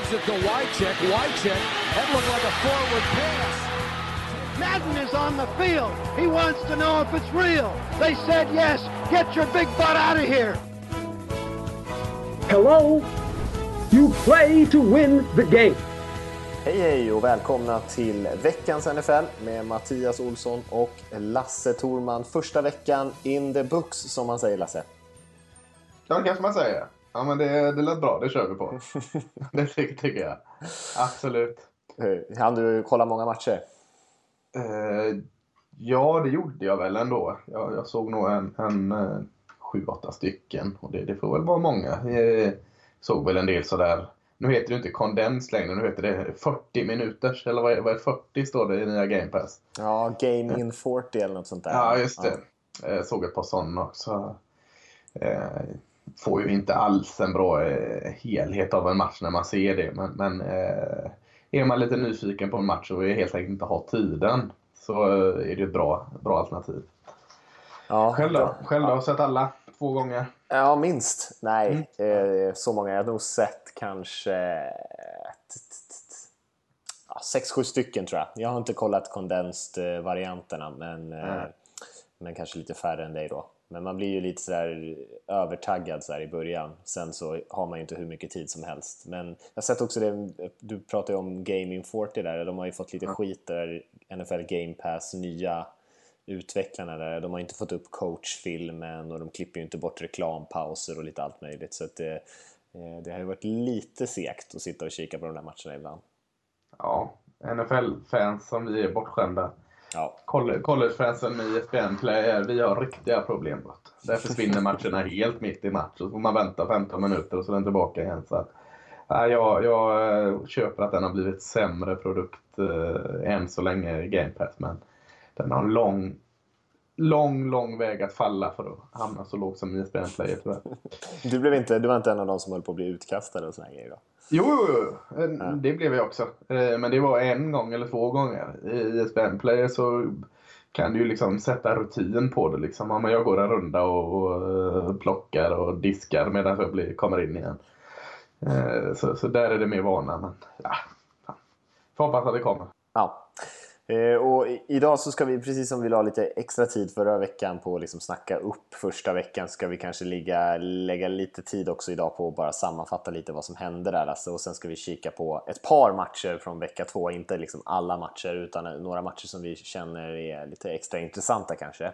Gives it to Wycheck. Wycheck, that looked like a forward pass. Madden is on the field. He wants to know if it's real. They said yes. Get your big butt out of here. Hello? You play to win the game. Hej och välkomna till veckans NFL med Mattias Olsson och Lasse Thorman. Första veckan in the books, som man säger, Lasse. Ja, det kanske man säger. Ja, men det lät bra, det kör vi på. Det tycker jag. Absolut. Hann du kolla många matcher? Ja, det gjorde jag väl ändå. Jag såg nog en 7-8 stycken. Och det får väl vara många. Jag såg väl en del sådär. Nu heter det inte kondens längre. Nu heter det 40 minuters. Eller vad är det? 40 står det i nya Game Pass. Ja, Game in 40 eller något sånt där. Ja, just det. Jag såg ett par sådana också. Får ju inte alls en bra helhet av en match när man ser det. Men är man lite nyfiken på en match och helt enkelt inte har tiden, så är det ett bra alternativ. Ja, Själv har jag sett alla 2 gånger. Ja, minst. Nej, så många. Jag har nog sett kanske 6-7 stycken, tror jag. Jag har inte kollat condensed-varianterna, men kanske lite färre än dig då. Men man blir ju lite sådär övertaggad så här i början. Sen så har man ju inte hur mycket tid som helst. Men jag har sett också det, du pratade ju om Gaming 40 där. De har ju fått lite skit där, NFL Game Pass, nya utvecklarna där. De har inte fått upp coachfilmen och de klipper ju inte bort reklampauser och lite allt möjligt. Så att det har ju varit lite segt att sitta och kika på de där matcherna ibland. Ja, NFL-fans som vi är bortskämda. Ja. College-fansen med ESPN-player, vi har riktiga problem. Där försvinner matcherna helt mitt i match. Så får man vänta 15 minuter och så är den tillbaka igen. Så att, jag köper att den har blivit sämre produkt än så länge i Game Pass. Men den har lång väg att falla för att hamna så lågt som ESPN-player, tyvärr. Du var inte en av de som höll på att bli utkastade och såna grejer då? Jo, det blev jag också. Men det var 1 gång eller 2 gånger. I ESPN-player så kan du ju liksom sätta rutin på det. Liksom. Ja, men jag går en runda och plockar och diskar medan jag kommer in igen. Så där är det mer vana. Men får hoppas att det kommer. Ja. Och idag så ska vi, precis som vi la lite extra tid förra veckan på att liksom snacka upp första veckan, ska vi kanske lägga lite tid också idag på att bara sammanfatta lite vad som hände där, alltså. Och sen ska vi kika på ett par matcher från vecka 2, inte liksom alla matcher utan några matcher som vi känner är lite extra intressanta kanske.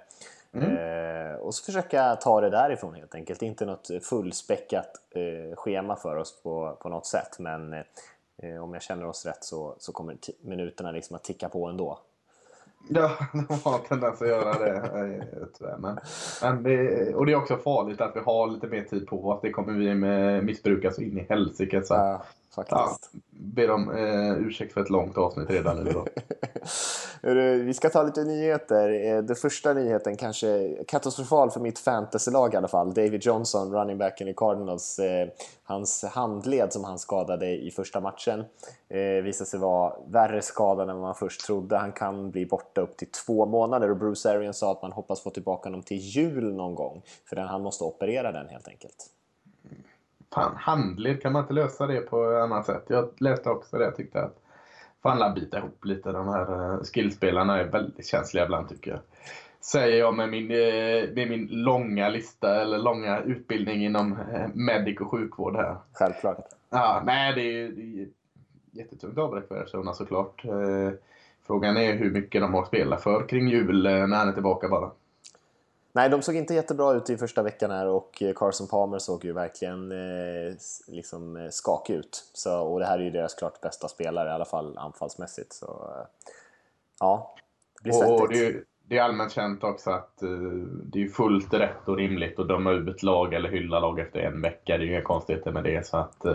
Och så försöka ta det därifrån helt enkelt. Inte något fullspäckat schema för oss på något sätt, men om jag känner oss rätt så kommer minuterna liksom att ticka på ändå. Ja, de har tendens att göra det. Och det är också farligt att vi har lite mer tid på oss. Det kommer vi missbruka så in i helsike. Ja, faktiskt. Ber om ursäkt för ett långt avsnitt redan nu då. Vi ska ta lite nyheter. Den första nyheten kanske katastrofal för mitt fantasylag i alla fall. David Johnson, running backen i Cardinals, hans handled som han skadade i första matchen visade sig vara värre skadad än vad man först trodde. Han kan bli borta upp till 2 månader och Bruce Arians sa att man hoppas få tillbaka honom till jul någon gång, för han måste operera den helt enkelt. Fan, handled, kan man inte lösa det på annat sätt? Jag läste också det, jag tyckte att fan, la bita ihop lite. De här skillspelarna är väldigt känsliga ibland, tycker jag. Säger jag med min långa lista eller långa utbildning inom medic och sjukvård här. Självklart. Ja, nej, det är jättetungt avbräck för Arizona såklart. Frågan är hur mycket de har spelat för kring jul när han är tillbaka bara. Nej, de såg inte jättebra ut i första veckan här och Carson Palmer såg ju verkligen liksom skakig ut. Och det här är ju deras klart bästa spelare, i alla fall anfallsmässigt. Så ja, det blir svettigt. Och det är allmänt känt också att det är fullt rätt och rimligt att döma ut lag eller hylla lag efter 1 vecka. Det är ju inga konstigheter med det, så att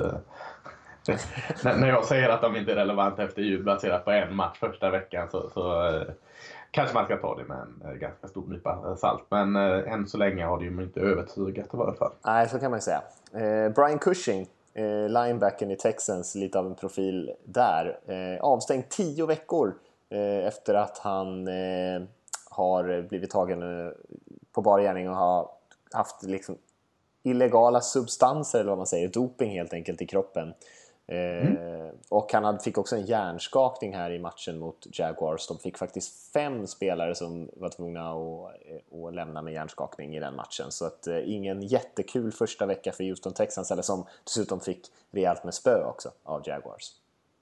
när jag säger att de inte är relevanta efter jul baserat på 1 match första veckan så kanske man ska ta det med en ganska stor nypa salt. Men än så länge har det ju inte övertygat i varje fall. Nej, så kan man ju säga. Brian Cushing, linebacken i Texans, lite av en profil där. Avstängd 10 veckor efter att han har blivit tagen på bar gärning och har haft liksom illegala substanser, eller vad man säger, doping helt enkelt i kroppen. Och han fick också en hjärnskakning här i matchen mot Jaguars. De fick faktiskt 5 spelare som var tvungna att lämna med hjärnskakning i den matchen. Så att ingen jättekul första vecka för Houston Texans, eller som dessutom fick rejält med spö också av Jaguars.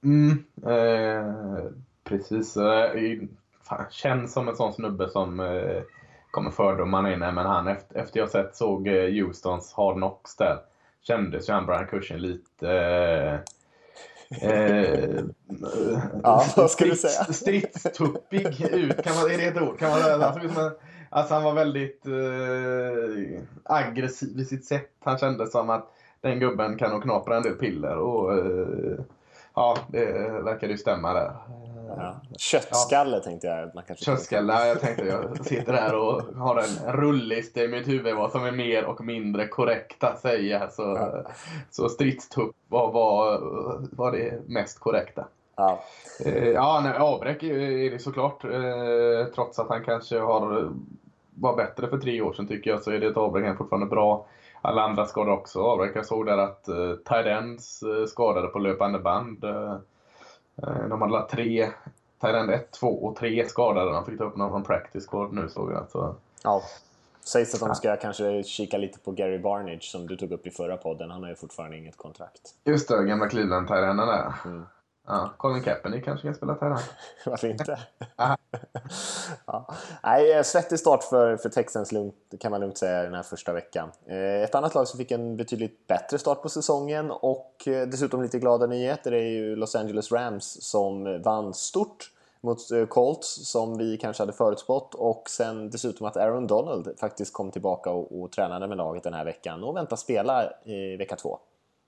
Precis. Känns som en sån snubbe som kommer fördomarna in, men han efter jag såg Houstons Hard Knocks där, kändes ju han Brian Cushing lite ja, vad ska du säga? Stridstuppig ut, är det ett ord? Kan man, alltså han var väldigt aggressiv i sitt sätt. Han kände som att den gubben kan nog knapra en del piller och ja, det verkar ju stämma där. Ja. Köttskalle tänkte jag. Köttskalle, jag tänkte jag sitter här och har en rullista i mitt huvud vad som är mer och mindre korrekt att säga. Så stridstupp var det mest korrekta. Ja. Avbräck är det såklart. Trots att han kanske var bättre för 3 år sedan, tycker jag, så är det ett avbräck. Han är fortfarande bra. Alla andra skadade också avbräck. Jag såg där att tight ends skadade på löpande band. De hade 3, tight end 1, 2 och 3 skadade. De fick ta upp någon från practice squad nu, såg jag. Så. Ja. Sägs att de ska kanske kika lite på Gary Barnidge som du tog upp i förra podden. Han har ju fortfarande inget kontrakt. Just det, gamla Cleveland tight enden där. Ja, Colin Kaepernick kanske kan spela tight end. Varför inte? Ja. Nej, svettig start för Texans, kan man lugnt säga, den här första veckan. Ett annat lag som fick en betydligt bättre start på säsongen och dessutom lite glada nyheter är ju Los Angeles Rams som vann stort mot Colts som vi kanske hade förutspått, och sen dessutom att Aaron Donald faktiskt kom tillbaka och tränade med laget den här veckan och väntar spela i vecka 2.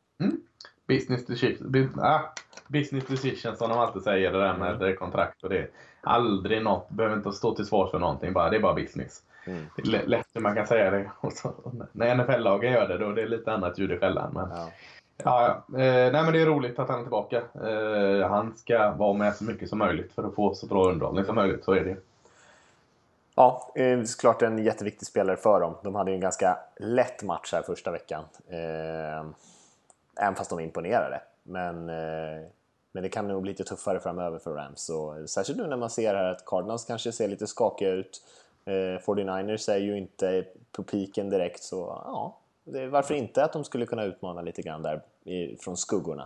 Business decision som de alltid säger, det där med kontrakt, och det är aldrig något, behöver inte stå till svars för någonting, det är bara business. Det är lätt hur man kan säga det. Och så, när NFL-lagen gör det, då det är lite annat ljud i skällan, men nej, men det är roligt att han är tillbaka. Han ska vara med så mycket som möjligt för att få så bra underhållning som möjligt, så är det. Ja, såklart en jätteviktig spelare för dem. De hade ju en ganska lätt match här första veckan. Även fast de imponerade. Men det kan nog bli lite tuffare framöver för Rams. Så, särskilt nu när man ser här att Cardinals kanske ser lite skakiga ut. 49ers är ju inte på piken direkt. Så ja, varför inte att de skulle kunna utmana lite grann där från skuggorna.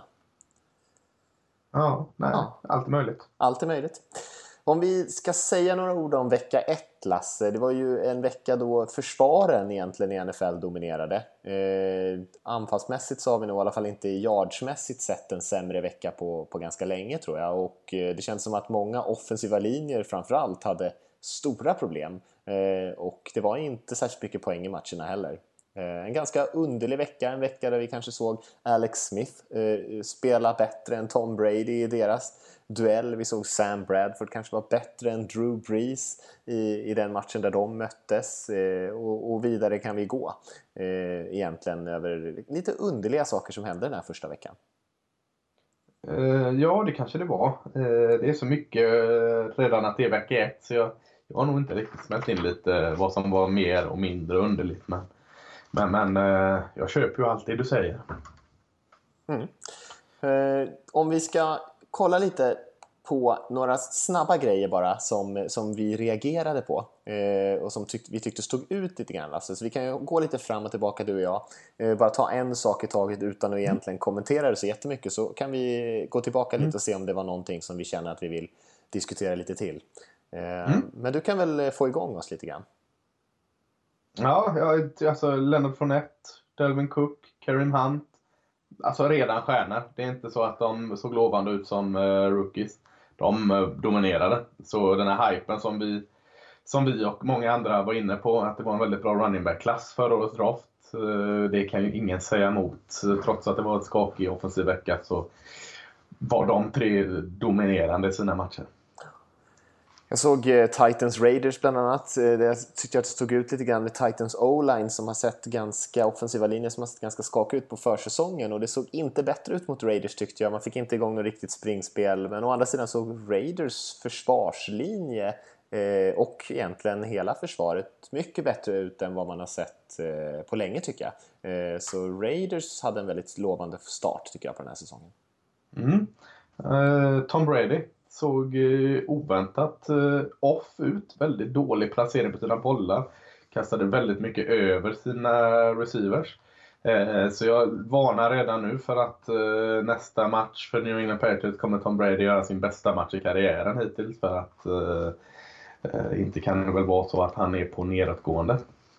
Allt är möjligt. Allt är möjligt. Om vi ska säga några ord om vecka 1, Lasse. Det var ju en vecka då försvaren egentligen i NFL dominerade. Anfallsmässigt så har vi nog i alla fall inte yardsmässigt sett en sämre vecka på ganska länge, tror jag. Och det känns som att många offensiva linjer framförallt hade stora problem. Och det var inte särskilt mycket poäng i matcherna heller. En ganska underlig vecka, en vecka där vi kanske såg Alex Smith spela bättre än Tom Brady i deras duell. Vi såg Sam Bradford kanske var bättre än Drew Brees i den matchen där de möttes, och vidare kan vi gå egentligen över lite underliga saker som hände den här första veckan. Ja, det kanske det var. Det är så mycket redan att det är vecka 1, så jag har nog inte riktigt smält in lite vad som var mer och mindre underligt, men jag köper ju allt det du säger. Om vi ska kolla lite på några snabba grejer bara som vi reagerade på och som vi tyckte stod ut lite grann. Alltså, så vi kan ju gå lite fram och tillbaka, du och jag. Bara ta en sak i taget utan att egentligen kommentera det så jättemycket, så kan vi gå tillbaka lite och se om det var någonting som vi känner att vi vill diskutera lite till. Men du kan väl få igång oss lite grann. Ja, alltså Leonard Fournette, Dalvin Cook, Kareem Hunt. Alltså redan stjärnor. Det är inte så att de såg lovande ut som rookies. De dominerade. Så den här hypen som vi och många andra var inne på, att det var en väldigt bra running back-klass förra årets draft, det kan ju ingen säga emot. Trots att det var ett skakig offensiv vecka så var de 3 dominerande i sina matcher. Jag såg Titans Raiders bland annat. Jag tyckte att det stod ut lite grann med Titans O-line som har sett ganska offensiva linjer som har sett ganska skakiga ut på försäsongen, och det såg inte bättre ut mot Raiders, tyckte jag. Man fick inte igång något riktigt springspel, men å andra sidan såg Raiders försvarslinje och egentligen hela försvaret mycket bättre ut än vad man har sett på länge, tycker jag. Så Raiders hade en väldigt lovande start, tycker jag, på den här säsongen. Tom Brady såg oväntat off ut. Väldigt dålig placering på sina bollar. Kastade väldigt mycket över sina receivers. Så jag varnar redan nu för att nästa match för New England Patriots kommer Tom Brady göra sin bästa match i karriären hittills. För att inte kan det väl vara så att han är på nedåtgående.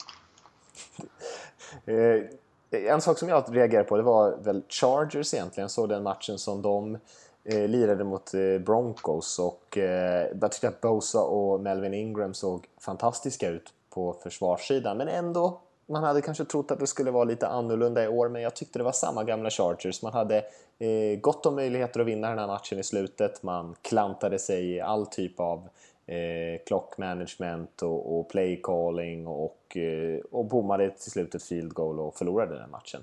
En sak som jag reagerade på, det var väl Chargers egentligen. Så den matchen som de lirade mot Broncos. Och jag tyckte att Bosa och Melvin Ingram såg fantastiska ut på försvarssidan. Men ändå, man hade kanske trott att det skulle vara lite annorlunda i år. Men jag tyckte det var samma gamla Chargers. Man hade gott om möjligheter att vinna den här matchen i slutet. Man klantade sig i all typ av clock management och play calling och bommade till slut ett field goal och förlorade den matchen.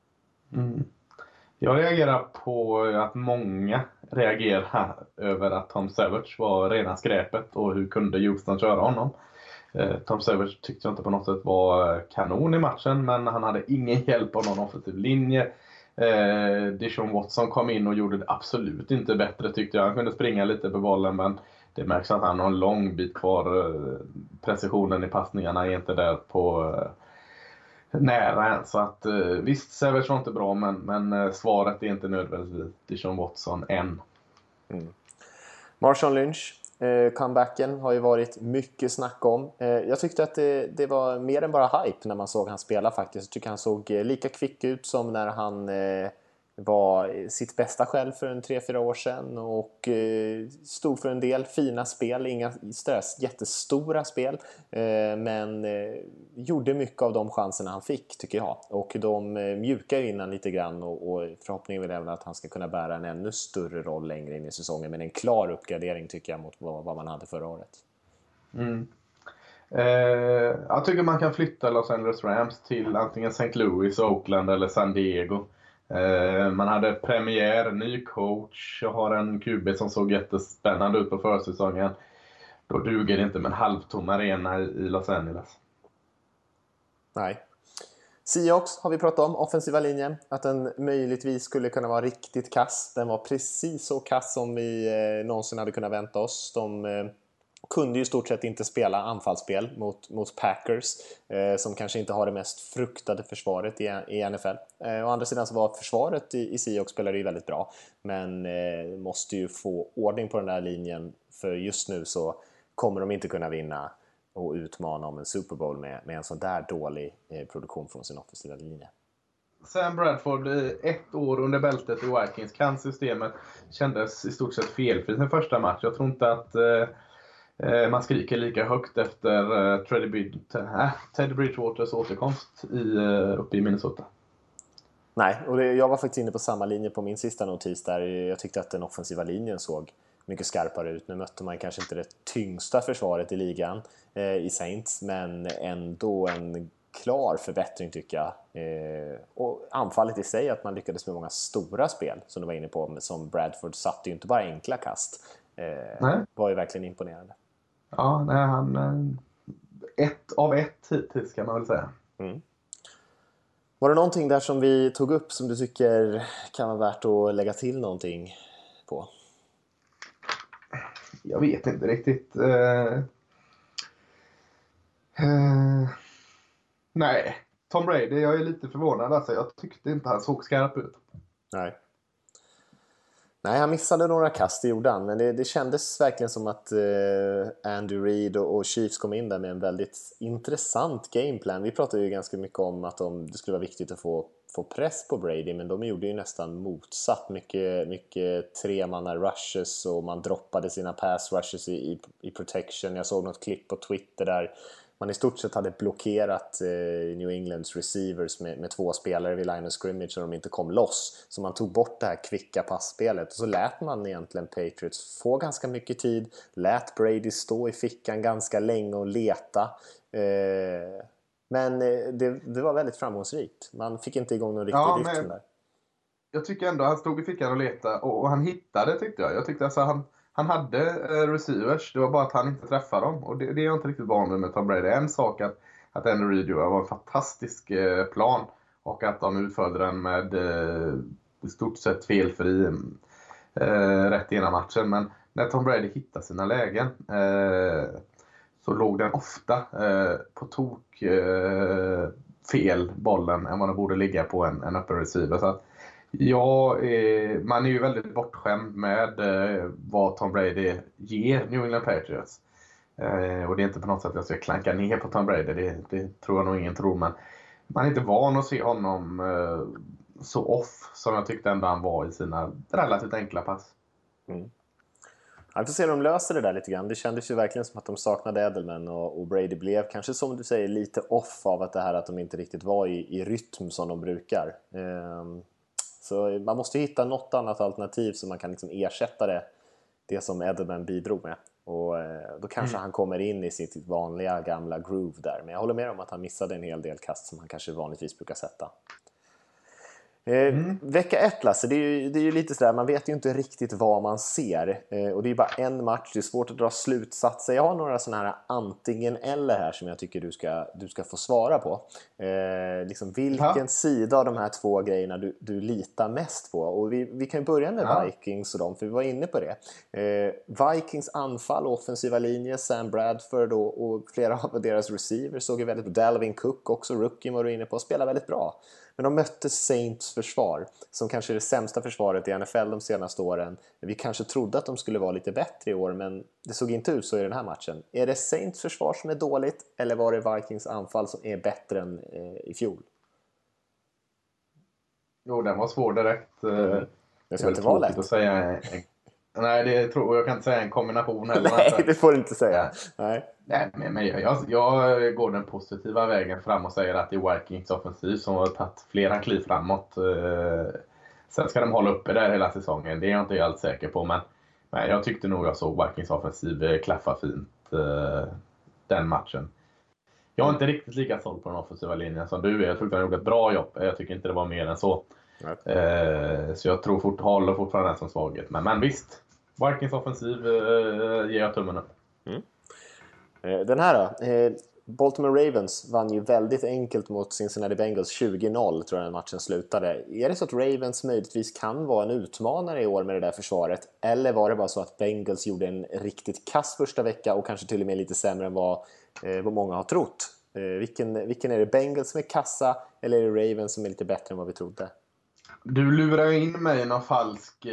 Jag reagerar på att många reagerar över att Tom Savage var rena skräpet och hur kunde Houston köra honom. Tom Savage tyckte jag inte på något sätt var kanon i matchen, men han hade ingen hjälp av någon offensiv linje. Deshaun Watson kom in och gjorde det absolut inte bättre tyckte jag. Han kunde springa lite på bollen, men det märks att han har en lång bit kvar. Precisionen i passningarna är inte där på nära än. Så att visst, Savage var inte bra, men svaret är inte nödvändigtvis Deshaun Watson än. Marshawn Lynch, comebacken har ju varit mycket snack om. Jag tyckte att det var mer än bara hype när man såg han spela faktiskt. Jag tycker han såg lika kvick ut som när han var sitt bästa själv för 3-4 år sedan och stod för en del fina spel, inga jättestora spel, men gjorde mycket av de chanserna han fick tycker jag, och de mjukar innan lite grann och förhoppningen är väl att han ska kunna bära en ännu större roll längre in i säsongen, men en klar uppgradering tycker jag mot vad man hade förra året. Jag tycker man kan flytta Los Angeles Rams till antingen St. Louis, Oakland eller San Diego. Man hade premiär, ny coach och har en QB som såg jättespännande ut på försäsongen. Då duger det inte med en halvtom arena i Los Angeles. Nej. Seahawks har vi pratat om, offensiva linjen. Att den möjligtvis skulle kunna vara riktigt kass. Den var precis så kass som vi någonsin hade kunnat vänta oss. De kunde ju i stort sett inte spela anfallsspel mot Packers som kanske inte har det mest fruktade försvaret i NFL. Å andra sidan så var försvaret i Seahawks spelade ju väldigt bra, men måste ju få ordning på den där linjen, för just nu så kommer de inte kunna vinna och utmana om en Super Bowl med en sån där dålig produktion från sin offensiva linje. Sam Bradford, 1 år under bältet i Vikings, kan systemet kändes i stort sett felfri sin första match. Jag tror inte att man skriker lika högt efter Teddy Bridgewaters återkomst uppe i Minnesota. Nej, och jag var faktiskt inne på samma linje på min sista notis där. Jag tyckte att den offensiva linjen såg mycket skarpare ut. Nu mötte man kanske inte det tyngsta försvaret i ligan i Saints, men ändå en klar förbättring tycker jag. Och anfallet i sig, att man lyckades med många stora spel som du var inne på, som Bradford satte ju inte bara enkla kast. Var ju verkligen imponerande. Ja, nej, han 1 av 1 hittills kan man väl säga. Var det någonting där som vi tog upp som du tycker kan vara värt att lägga till någonting på? Jag vet inte riktigt. Nej, Tom Brady, jag är lite förvånad. Alltså, jag tyckte inte han såg skarp ut. Nej, han missade några kast i jordan, men det kändes verkligen som att Andy Reid och Chiefs kom in där med en väldigt intressant gameplan. Vi pratade ju ganska mycket om att det skulle vara viktigt att få press på Brady, men de gjorde ju nästan motsatt. Mycket tremanna rushes och man droppade sina pass rushes i protection. Jag såg något klipp på Twitter där man i stort sett hade blockerat New Englands receivers med 2 spelare vid line of scrimmage och de inte kom loss. Så man tog bort det här kvicka passspelet. Och så lät man egentligen Patriots få ganska mycket tid. Lät Brady stå i fickan ganska länge och leta. Men det var väldigt framgångsrikt. Man fick inte igång någon riktig rytm där. Jag tycker ändå han stod i fickan och letade. Och han hittade tyckte jag. Jag tyckte alltså han hade receivers, det var bara att han inte träffade dem. Och det är jag inte riktigt van med Tom Brady. En sak att Andy Reid var en fantastisk plan. Och att de utförde den med i stort sett felfri rätt innan matchen. Men när Tom Brady hittar sina lägen så låg den ofta på tok fel bollen än vad den borde ligga på en öppen receiver. Så att man är ju väldigt bortskämd med vad Tom Brady ger New England Patriots. Och det är inte på något sätt att jag ska klanka ner på Tom Brady, det tror jag nog ingen tror, men man är inte van att se honom så off som jag tyckte ändå han var i sina relativt enkla pass. Jag får se om de löser det där lite grann. Det kändes ju verkligen som att de saknade Edelman och Brady blev kanske, som du säger, lite off av att de inte riktigt var i rytm som de brukar. Så man måste hitta något annat alternativ så man kan liksom ersätta det som Edelman bidrog med. Och då kanske han kommer in i sitt vanliga gamla groove där. Men jag håller med om att han missade en hel del kast som han kanske vanligtvis brukar sätta. Vecka 1, Lasse, det är ju lite sådär, man vet ju inte riktigt vad man ser, och det är bara en match, det är svårt att dra slutsatser. Jag har några sådana här antingen eller här som jag tycker du ska få svara på. Liksom vilken sida av de här två grejerna du litar mest på. Och vi kan börja med Vikings och dem, för vi var inne på det. Vikings anfall och offensiva linje, Sam Bradford och flera av deras receivers såg ju väldigt bra. Dalvin Cook också, rookie var du inne på, spelar väldigt bra. Men de mötte Saints försvar, som kanske är det sämsta försvaret i NFL de senaste åren. Vi kanske trodde att de skulle vara lite bättre i år, men det såg inte ut så i den här matchen. Är det Saints försvar som är dåligt, eller var det Vikings anfall som är bättre än i fjol? Jo, den var svår direkt. Det ska inte vara lätt. Att säga nej, jag kan inte säga en kombination heller. Nej, det får du inte säga. Nej, men jag går den positiva vägen fram och säger att det är Vikings offensiv som har tagit flera kliv framåt. Sen ska de hålla uppe där hela säsongen. Det är jag inte helt säker på. Men jag tyckte nog jag såg Vikings offensiv klaffa fint den matchen. Jag är inte riktigt lika såld på den offensiva linjen som du är. Jag tror att han gjorde ett bra jobb. Jag tycker inte det var mer än så. Så jag tror håller fortfarande den som svaghet. Men visst, Vikings offensiv ger jag tummen upp. Den här då, Baltimore Ravens vann ju väldigt enkelt mot Cincinnati Bengals 20-0, tror jag den matchen slutade. Är det så att Ravens möjligtvis kan vara en utmanare i år med det där försvaret? Eller var det bara så att Bengals gjorde en riktigt kass första vecka och kanske till och med lite sämre än vad många har trott? Vilken är det, Bengals som är kassa eller är det Ravens som är lite bättre än vad vi trodde? Du lurar in mig i någon falsk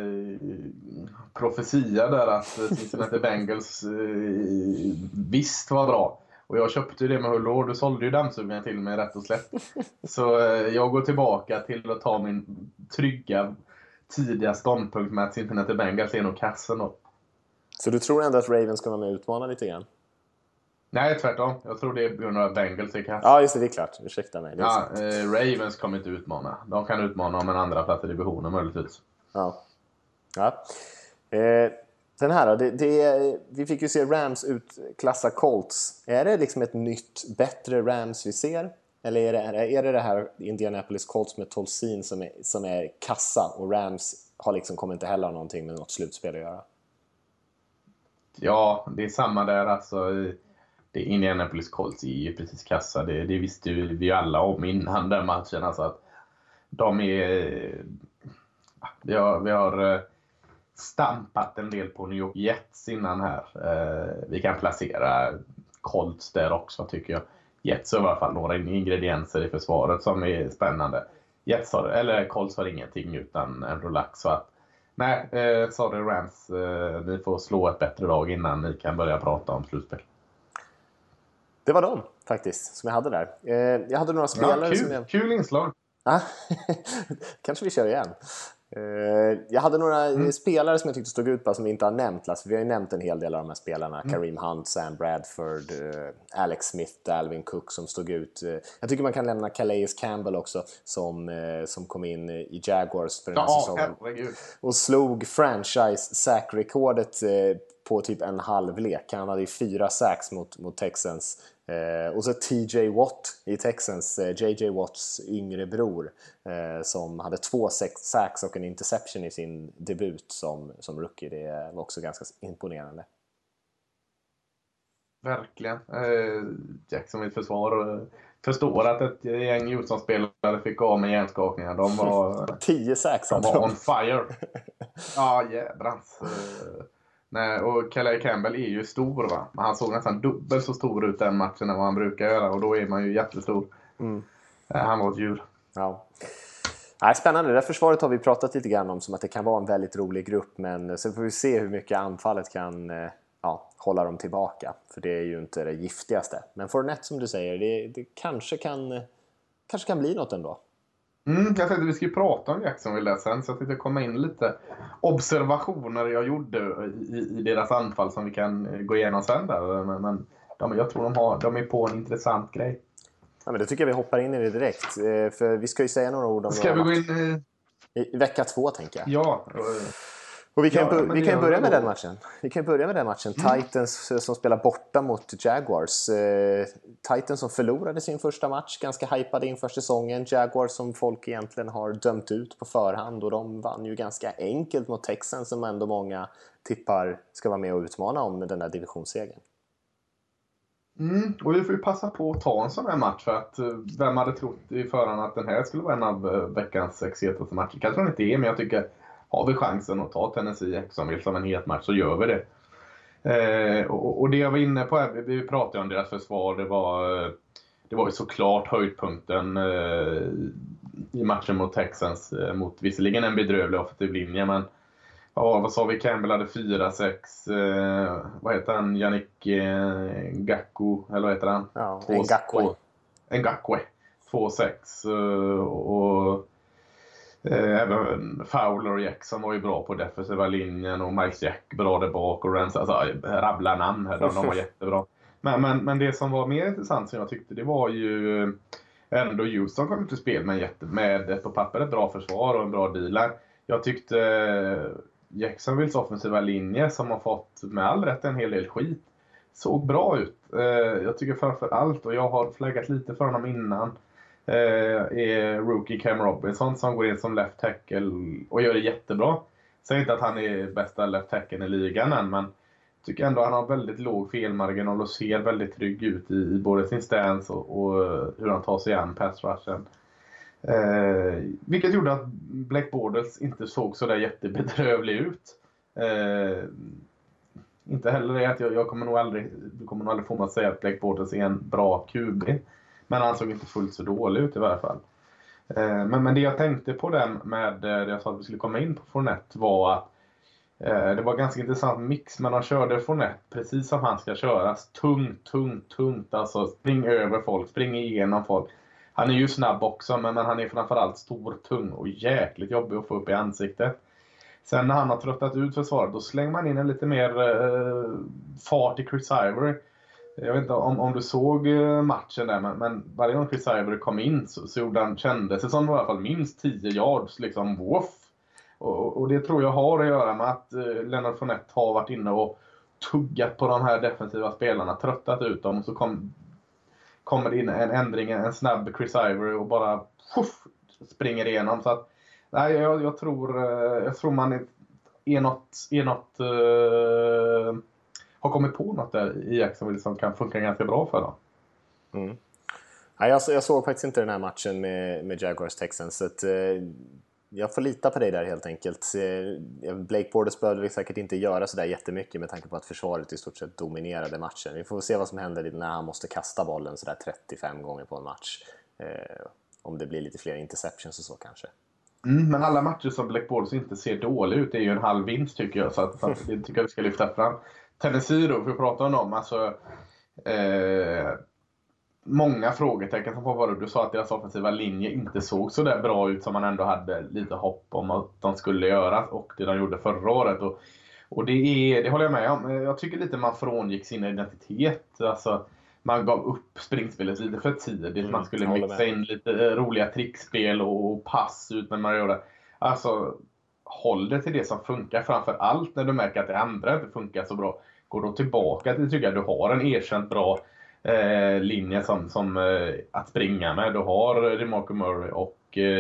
profetia där att Cincinnati Bengals visst var bra. Och jag köpte ju det med hull och hår. Du sålde ju dammsugaren till mig rätt och slätt. Så jag går tillbaka till att ta min trygga tidiga ståndpunkt med att Cincinnati Bengals är nog kassen då. Så du tror ändå att Ravens kommer med utmana lite grann? Nej, tvärtom. Jag tror det är på grund av Bengals i kass. Ja, just det är klart. Ursäkta mig. Ravens kommer inte utmana. De kan utmana om en andra plats i divisionen möjligtvis. Ja. Den här då, vi fick ju se Rams utklassa Colts. Är det liksom ett nytt, bättre Rams vi ser? Eller är det här Indianapolis Colts med Tolsin som är kassa och Rams har liksom kommer inte heller ha någonting med något slutspel att göra? Ja, det är samma där alltså. Det Indianapolis Colts är ju precis kassa. Det visste vi ju alla om innan den matchen. Alltså att de är... Vi har stampat en del på New York Jets innan här. Vi kan placera Colts där också tycker jag. Jets har i alla fall några ingredienser i försvaret som är spännande. Colts har ingenting utan en relax. Så att, nej, sorry Rams. Ni får slå ett bättre lag innan ni kan börja prata om slutspel. Det var de faktiskt som jag hade där. Jag hade några spelare kul inslag. Kanske vi kör igen. Jag hade några spelare som jag tyckte stod ut på som vi inte har nämnt. Vi har ju nämnt en hel del av de här spelarna. Kareem Hunt, Sam Bradford, Alex Smith, Dalvin Cook som stod ut. Jag tycker man kan lämna Calais Campbell också som kom in i Jaguars för den här säsongen. Och slog franchise sack-rekordet på typ en halvlek. Han hade ju 4 sacks mot Texans. Och så TJ Watt i Texans, JJ Watts yngre bror, som hade 2 sacks och en interception i sin debut som rookie. Det var också ganska imponerande. Verkligen. Jacksonville försvar förstår att ett gäng Houston-spelare fick av med hjärnskakningar. De var 10 sacks. De var on fire. Ja, jädrans. Nej, och Calais Campbell är ju stor, va? Men han såg nästan dubbelt så stor ut den matchen än vad han brukar göra. Och då är man ju jättestor. Han var ett djur. Ja. Nej, spännande. Det där försvaret har vi pratat lite grann om som att det kan vara en väldigt rolig grupp. Men sen får vi se hur mycket anfallet kan hålla dem tillbaka. För det är ju inte det giftigaste. Men Fournette, som du säger, det kanske kan bli något ändå. Jag tänkte att vi skulle prata om Jacksonville sen, så att det kommer in lite observationer jag gjorde i deras anfall som vi kan gå igenom sen där. Men jag tror de är på en intressant grej. Ja, men då tycker jag vi hoppar in i det direkt. För vi ska ju säga några ord om Ska vi gå in i vecka 2, tänker jag. Ja. Och vi kan börja med den matchen. Vi kan börja med den matchen. Titans som spelar borta mot Jaguars. Titans som förlorade sin första match, ganska hypade inför säsongen. Jaguars som folk egentligen har dömt ut på förhand, och de vann ju ganska enkelt mot Texans som ändå många tippar ska vara med och utmana om den där divisionssegern. Och vi får ju passa på att ta en sån här match, för att vem hade trott i förhand att den här skulle vara en av veckans 6 hetaste matcher. Kanske inte är, men jag tycker har vi chansen att ta Tennessee Jacksonville som en het match, så gör vi det. Och det jag var inne på här, vi pratade om deras försvar, det var ju såklart höjdpunkten i matchen mot Texans, mot visserligen en bedrövlig offensiv linje, men vad sa vi, Campbell hade 4-6, vad heter han, Yannick Ngakoue, eller vad heter han? Ja, Ngakoue 2-6, och även Fowler och Jackson var ju bra på defensiva linjen, och Miles Jack bra där bak, och Rance, alltså rabbla namn här, de var jättebra. Men det som var mer intressant som jag tyckte, det var ju ändå Houston kom till spel med på papper ett bra försvar och en bra dealer. Jag tyckte Jacksonvilles offensiva linje, som har fått med all rätt en hel del skit, såg bra ut. Jag tycker framför allt, och jag har flaggat lite för honom innan, är rookie Cam Robinson som går in som left tackle och gör det jättebra. Säger inte att han är bästa left tackle i ligan än, men tycker ändå han har väldigt låg felmarginal och ser väldigt trygg ut i både sin stance och hur han tar sig an pass rushen. Vilket gjorde att Blake Bortles inte såg så där jättebedrövlig ut. Inte heller det att du kommer nog aldrig få mig att säga att Blake Bortles är en bra QB. Men han såg inte fullt så dålig ut i varje fall. Men det jag tänkte på den med det jag sa att vi skulle komma in på Fournette var att det var ganska intressant mix. Men han körde Fournette precis som han ska köras. Tungt. Alltså spring över folk, spring igenom folk. Han är ju snabb också, men han är framförallt stor, tung och jäkligt jobbig att få upp i ansiktet. Sen när han har tröttat ut försvaret, då slänger man in en lite mer fart i Chris Ivory. Jag vet inte om du såg matchen där, men varje gång Chris Ivory kom in så gjorde han, kändes det som i alla fall minst 10 yards, liksom woof. Och det tror jag har att göra med att Leonard Fournette har varit inne och tuggat på de här defensiva spelarna, tröttat ut dem, och så kommer det in en ändring, en snabb Chris Ivory och bara springer igenom. Så att, nej, jag tror man är något har kommit på något där i Jacksonville som kan funka ganska bra för dem. Ja, jag såg faktiskt inte den här matchen med Jaguars Texans, så att, jag får lita på dig där helt enkelt. Blake Bortles behövde säkert inte göra så där jättemycket med tanke på att försvaret i stort sett dominerade matchen. Vi får se vad som händer när han måste kasta bollen så där 35 gånger på en match. Om det blir lite fler interceptions och så kanske. Men alla matcher som Blake Bortles inte ser dålig ut är ju en halv vinst, tycker jag. Så att det tycker jag vi ska lyfta fram. Tennessee då, för att prata om dem. Alltså, många frågetecken som får vara. Du sa att deras offensiva linje inte såg så där bra ut som man ändå hade lite hopp om att de skulle göra, och det de gjorde förra året. Och det håller jag med om. Jag tycker lite man frångick sin identitet. Alltså, man gav upp springspelet lite för tidigt. Man skulle mixa in lite roliga trickspel och pass ut med Mariota. Alltså, håll det till det som funkar. Framför allt när du märker att det andra inte funkar så bra. Gå då tillbaka till, tycker jag, du har en erkänt bra linje som att springa med. Du har DeMarco Murray och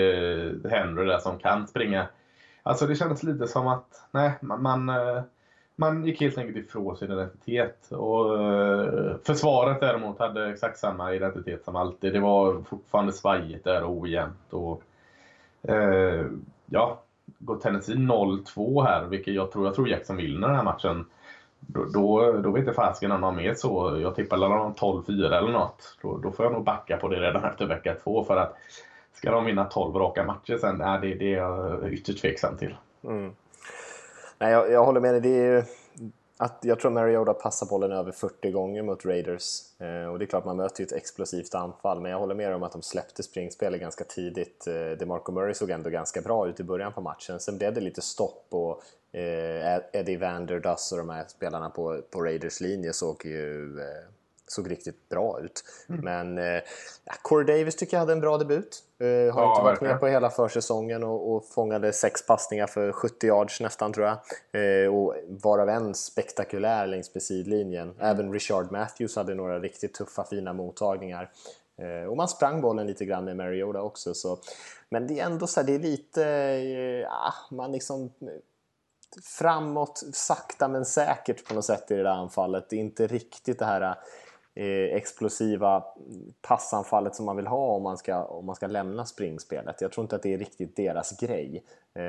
Henry där som kan springa. Alltså det kändes lite som att nej, man man gick helt enkelt ifrån sin identitet. Och försvaret däremot hade exakt samma identitet som alltid. Det var fortfarande svajigt där och ojämnt. Och går Tennessee 0-2 här, vilket jag tror Jackson vinner den här matchen. Då vet jag fasken han har med så. Jag tippar någon 12-4 eller något. Då får jag nog backa på det redan efter vecka 2. För att ska de vinna 12 raka matcher sen, det är jag ytterst tveksam till. Nej, jag håller med dig. Det är ju att jag tror Mariota passar bollen över 40 gånger mot Raiders. Och det är klart man möter ju ett explosivt anfall. Men jag håller med om att de släppte springspelet ganska tidigt. DeMarco Murray såg ändå ganska bra ut i början på matchen. Sen blev det lite stopp och Eddie Vander Duss och de här spelarna på Raiders linje såg riktigt bra ut. Men Corey Davis tycker jag hade en bra debut. Har inte varit med på hela försäsongen och fångade 6 passningar för 70 yards nästan tror jag. Och varav en spektakulär längs med sidlinjen. Även Richard Matthews hade några riktigt tuffa fina mottagningar. Och man sprang bollen lite grann med Mariota också. Så. Men det är ändå så här, det är lite... man liksom... framåt sakta men säkert på något sätt i det där anfallet. Det är inte riktigt det här explosiva passanfallet som man vill ha om man ska lämna springspelet. Jag tror inte att det är riktigt deras grej.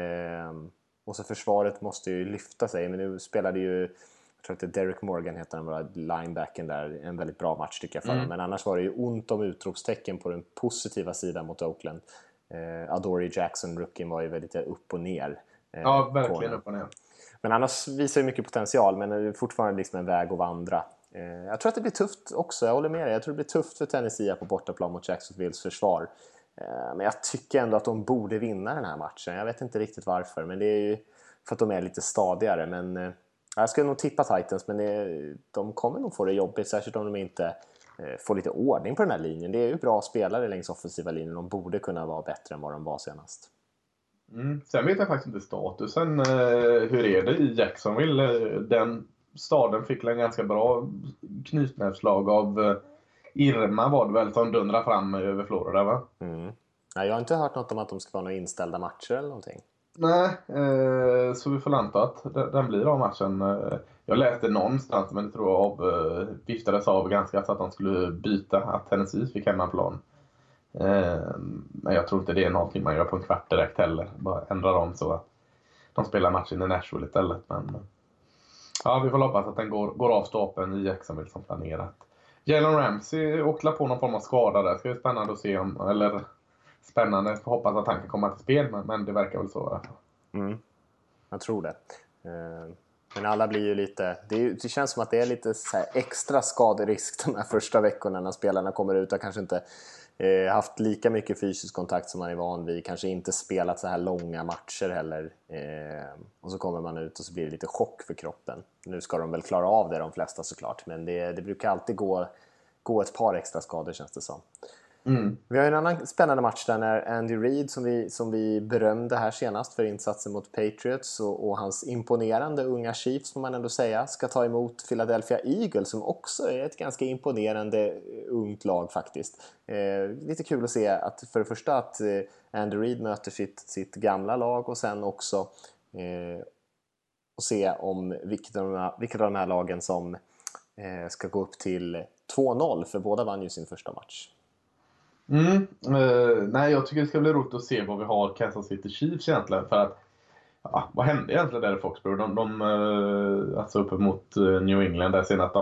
Och så försvaret måste ju lyfta sig. Men nu spelade ju, jag tror att det är Derek Morgan heter han, var linebacken där, en väldigt bra match tycker jag för. Men annars var det ju ont om utropstecken på den positiva sidan mot Oakland. Adoree Jackson, rookien, var ju väldigt upp och ner. Ja, verkligen upp och ner. Men annars visar ju mycket potential, men det är fortfarande liksom en väg att vandra. Jag tror att det blir tufft också, jag håller med dig. Jag tror det blir tufft för Tennessee på bortaplan mot Jacksonvilles försvar. Men jag tycker ändå att de borde vinna den här matchen. Jag vet inte riktigt varför, men det är ju för att de är lite stadigare. Men jag skulle nog tippa Titans, men de kommer nog få det jobbigt, särskilt om de inte får lite ordning på den här linjen. Det är ju bra spelare längs offensiva linjen. De borde kunna vara bättre än vad de var senast. Sen vet jag faktiskt inte statusen. Hur är det i Jacksonville? Den staden fick en ganska bra knytnävslag av Irma var det väl som dundrar fram över Florida, va? Ja, jag har inte hört något om att de ska vara några inställda matcher eller någonting. Nej, så vi får anta att den blir av matchen. Jag läste någonstans, men det tror jag viftades av ganska så att de skulle byta, att Tennessee fick hemmaplan. Men jag tror inte det är någonting man gör på en kvart direkt heller. Bara ändra dem så att de spelar matchen i Nashville istället. Men vi får hoppas att den går av stapeln i Jacksonville som planerat. Jalen Ramsey åklar på någon form av skada där. Ska bli spännande att se om, eller spännande, får hoppas att han kan komma till spel, men det verkar väl så. Jag tror det. Men alla blir ju lite... Det känns som att det är lite så här extra skaderisk de här första veckorna när spelarna kommer ut och kanske inte haft lika mycket fysisk kontakt som man är van vid. Kanske inte spelat så här långa matcher heller. Och så kommer man ut och så blir det lite chock för kroppen. Nu ska de väl klara av det, de flesta såklart. Men det brukar alltid gå ett par extra skador, känns det som. Vi har en annan spännande match där när Andy Reid, som vi berömde här senast för insatsen mot Patriots och hans imponerande unga Chiefs, får man ändå säga, ska ta emot Philadelphia Eagles, som också är ett ganska imponerande ungt lag faktiskt. Lite kul att se att för det första att Andy Reid möter sitt gamla lag, och sen också och se om vilka av de här lagen som ska gå upp till 2-0, för båda vann ju sin första match. Nej, jag tycker det ska bli roligt att se vad vi har Kansas City Chiefs egentligen, för att vad hände egentligen där i Foxborough? De alltså uppe mot New England där senast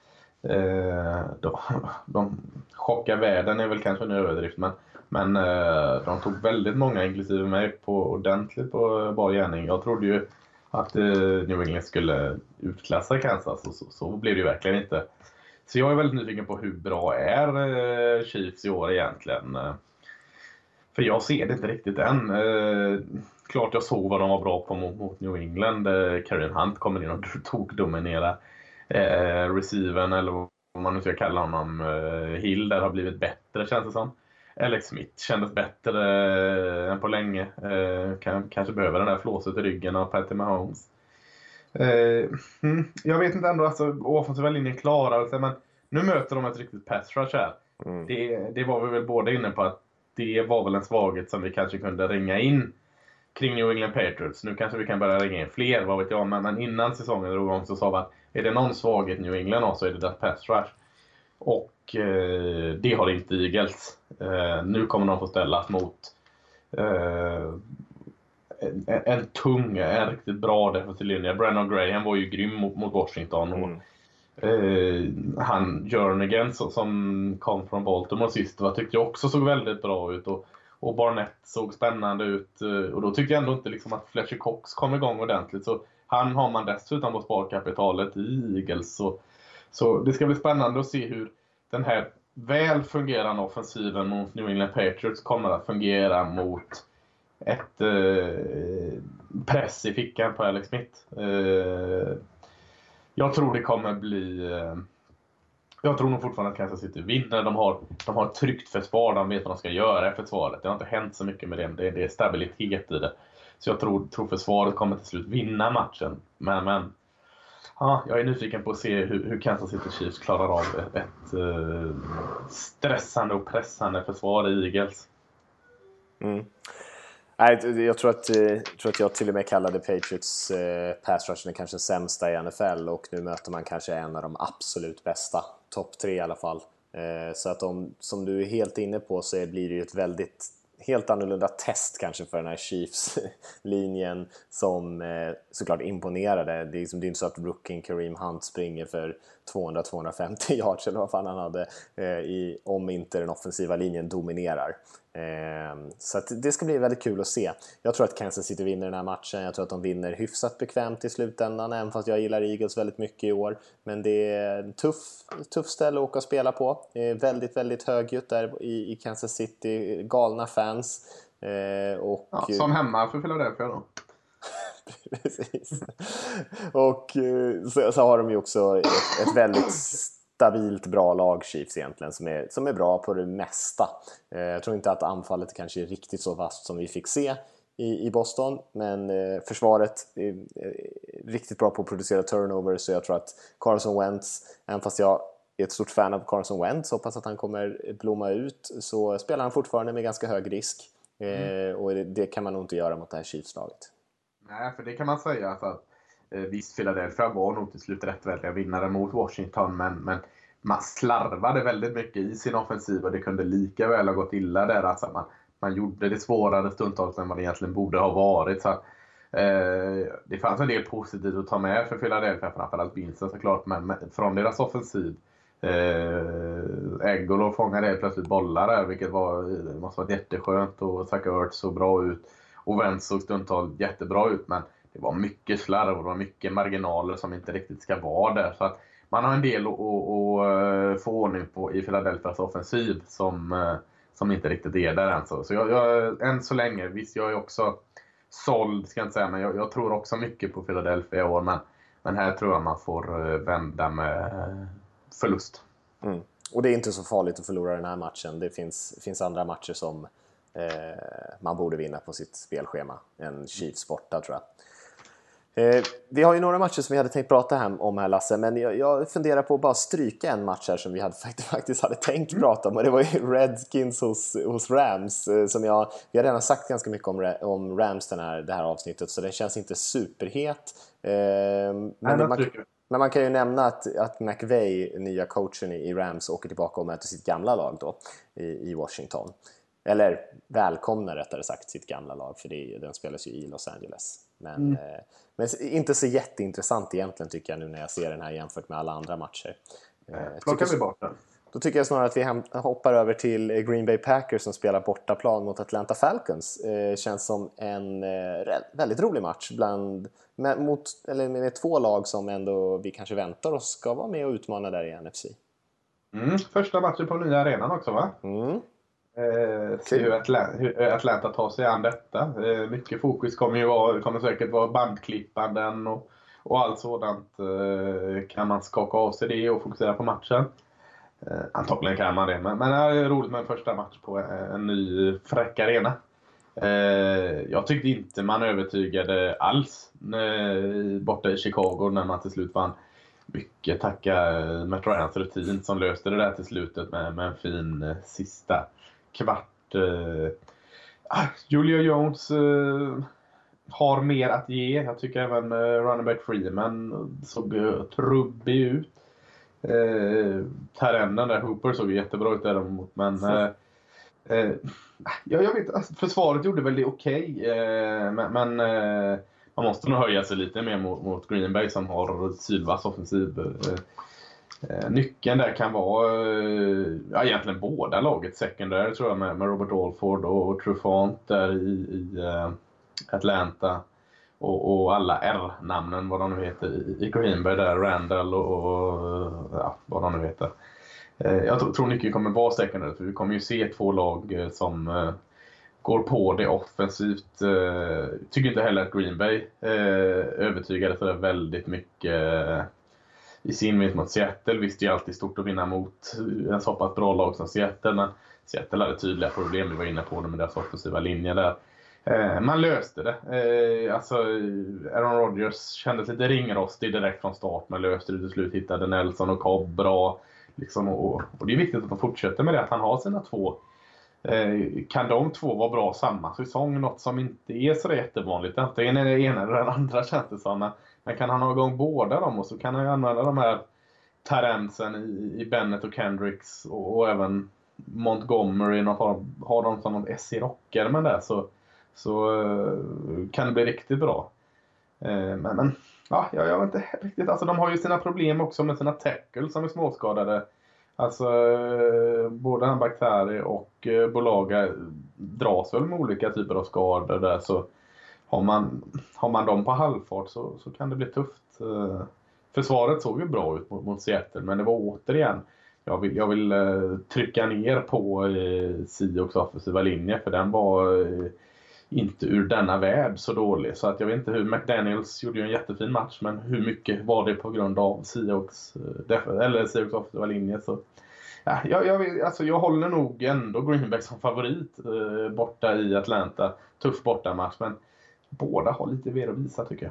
de chockade världen är väl kanske en överdrift, men de tog väldigt många, inklusive mig, på ordentligt på bar gärning. Jag trodde ju att New England skulle utklassa Kansas, och så blev det ju verkligen inte. Så jag är väldigt nyfiken på hur bra är Chiefs i år egentligen. För jag ser det inte riktigt än. Klart jag såg vad de var bra på mot New England. Kareem Hunt kommer in och tokdominera receiven, eller vad man nu ska kalla honom. Hill där har blivit bättre, känns det som. Alex Smith kändes bättre än på länge. Kanske behöver den där flåset i ryggen av Patty Mahomes. Jag vet inte ändå, alltså offensiva linjen klarar sig, men nu möter de ett riktigt pass rush här. Det var vi väl båda inne på, att det var väl en svaghet som vi kanske kunde ringa in. kring New England Patriots. Nu kanske vi kan börja ringa in fler, vad vet jag. Men innan säsongen drog igång så sa vi att är det någon svaghet New England har så är det deras pass rush. Och det har inte Eagles. Nu kommer de få ställas mot en riktigt bra defensiv linje. Brandon Graham var ju grym mot Washington. Och, han Jernigan som kom från Baltimore sist tyckte jag också såg väldigt bra ut. Och Barnett såg spännande ut. Och då tyckte jag ändå inte liksom att Fletcher Cox kom igång ordentligt. Så han har man dessutom på sparkapitalet i Eagles. Så det ska bli spännande att se hur den här väl fungerande offensiven mot New England Patriots kommer att fungera mot ett press i fickan på Alex Smith. Jag tror det kommer bli... Jag tror nog fortfarande att Kansas City vinner. De har ett tryggt försvar. De vet vad de ska göra i försvaret. Det har inte hänt så mycket med det. Det är stabilitet i det. Så jag tror försvaret kommer till slut vinna matchen. Men ja, jag är nyfiken på att se hur Kansas City Chiefs klarar av ett stressande och pressande försvar i Eagles. Nej, jag tror att jag till och med kallade Patriots pass rushen kanske sämsta i NFL, och nu möter man kanske en av de absolut bästa, topp 3 i alla fall. Så att som du är helt inne på så blir det ju ett helt annorlunda test kanske för den här Chiefs-linjen som såklart imponerade. Det är inte så att rookien Kareem Hunt springer för 200-250 yards eller vad fan han hade om inte den offensiva linjen dominerar. Så att det ska bli väldigt kul att se. Jag tror att Kansas City vinner den här matchen. Jag tror att de vinner hyfsat bekvämt i slutändan, även fast jag gillar Eagles väldigt mycket i år. Men det är en tuff ställe att åka och spela på. Väldigt, väldigt högljutt där i Kansas City. Galna fans. Och som hemma för Philadelphia då. Precis. Och så har de ju också ett väldigt stabilt bra lag, Chiefs egentligen, som är bra på det mesta. Jag tror inte att anfallet kanske är riktigt så vast som vi fick se i Boston, men försvaret är riktigt bra på att producera turnovers, så jag tror att Carson Wentz, även fast jag är ett stort fan av Carson Wentz, hoppas att han kommer blomma ut, så spelar han fortfarande med ganska hög risk. Och det kan man nog inte göra mot det här Chiefs-laget. Nej, för det kan man säga att visst, Philadelphia var nog till slut rätt välja vinnare mot Washington, men man slarvade väldigt mycket i sin offensiv och det kunde lika väl ha gått illa där. Alltså man gjorde det svårare stundtals än vad det egentligen borde ha varit. Så det fanns en del positivt att ta med för Philadelphia, framförallt vinsten såklart, men från deras offensiv. Eggolo fångade plötsligt bollar där, vilket måste vara jätteskönt, och Zach Ertz såg bra ut och Wentz såg stundtals jättebra ut, men det var mycket slarv och det var mycket marginaler som inte riktigt ska vara där. Så att man har en del att få ordning på i Philadelphias offensiv som inte riktigt är där än. Så jag än så länge, visst jag är också såld, ska jag inte säga, men jag tror också mycket på Philadelphia i år, men här tror jag man får vända med förlust. Och det är inte så farligt att förlora den här matchen. Det finns andra matcher som man borde vinna på sitt spelschema än Chiefs borta, tror jag. Vi har ju några matcher som vi hade tänkt prata om här, Lasse, men jag funderar på att bara stryka en match här som vi faktiskt hade tänkt prata om, och det var ju Redskins hos Rams, som vi har redan sagt ganska mycket om Rams det här avsnittet, så det känns inte superhet. Men man kan ju nämna att McVay, nya coachen i Rams, åker tillbaka och möter sitt gamla lag då i Washington. Eller välkomnar rättare sagt sitt gamla lag, för den spelas ju i Los Angeles. Men inte så jätteintressant egentligen, tycker jag, nu när jag ser den här jämfört med alla andra matcher. Plockar vi bort den. Då tycker jag snarare att vi hoppar över till Green Bay Packers som spelar bortaplan mot Atlanta Falcons. Känns som en väldigt rolig match med två lag som ändå vi kanske väntar oss ska vara med och utmana där i NFC. Första matchen på nya arenan också, va? Se hur Atlanta tar sig an detta. Mycket fokus kommer säkert vara bandklippanden och allt sådant. Kan man skaka av sig det och fokusera på matchen? Antagligen kan man det, men det är roligt med en första match på en ny fräck arena. Jag tyckte inte man övertygade alls borta i Chicago när man till slut vann. Mycket tacka Matt Ryans rutin som löste det där till slutet med en fin sista kvart. Julia Jones har mer att ge. Jag tycker även running back Freeman såg trubbig ut. Terrenden där, Hooper såg jättebra ut däremot, men jag vet, alltså, försvaret gjorde väl det okej, men man måste nog höja sig lite mer mot Green Bay som har sylvass offensiv. Nyckeln där kan vara egentligen båda laget secondary, tror jag, med Robert Alford och Trufant där i Atlanta, och alla R-namnen, vad de nu heter, i Green Bay där, Randall och vad de nu heter. Jag tror nyckeln kommer vara secondary, för vi kommer ju se två lag som går på det offensivt. Tycker inte heller att Green Bay övertygade för det väldigt mycket i sin vinst mot Seattle. Visst, det är alltid stort att vinna mot en så pass bra lag som Seattle, men Seattle hade tydliga problem, vi var inne på det med deras offensiva linje där. Man löste det. Alltså, Aaron Rodgers kändes lite ringrostig direkt från start, men löste det till slut, hittade Nelson och Cobb bra. Liksom, och det är viktigt att de fortsätter med det, att han har sina två. Kan de två vara bra samma säsong? Något som inte är så jättevanligt. Antingen är det ena eller den andra, känns det som. Men kan han ha igång båda dem, och så kan han använda de här Terrensen i Bennett och Kendricks och även Montgomery, har de som något SC-rockare med där, så kan det bli riktigt bra. Men ja, jag vet inte riktigt. Alltså, de har ju sina problem också med sina tackles som är småskadade. Alltså, både han Bakhtiari och Bolaga dras väl med olika typer av skador där, så har man dem på halvfart så kan det bli tufft. Försvaret såg ju bra ut mot Seattle, men det var återigen, jag vill trycka ner på Seahawks offensiva linje, för den var inte ur denna värld så dålig. Så att jag vet inte hur McDaniels gjorde ju en jättefin match, men hur mycket var det på grund av Seahawks offensiva linje. Så ja, jag håller nog ändå Green Bay som favorit borta i Atlanta. Tuff bortamatch, men båda har lite mer att visa, tycker jag.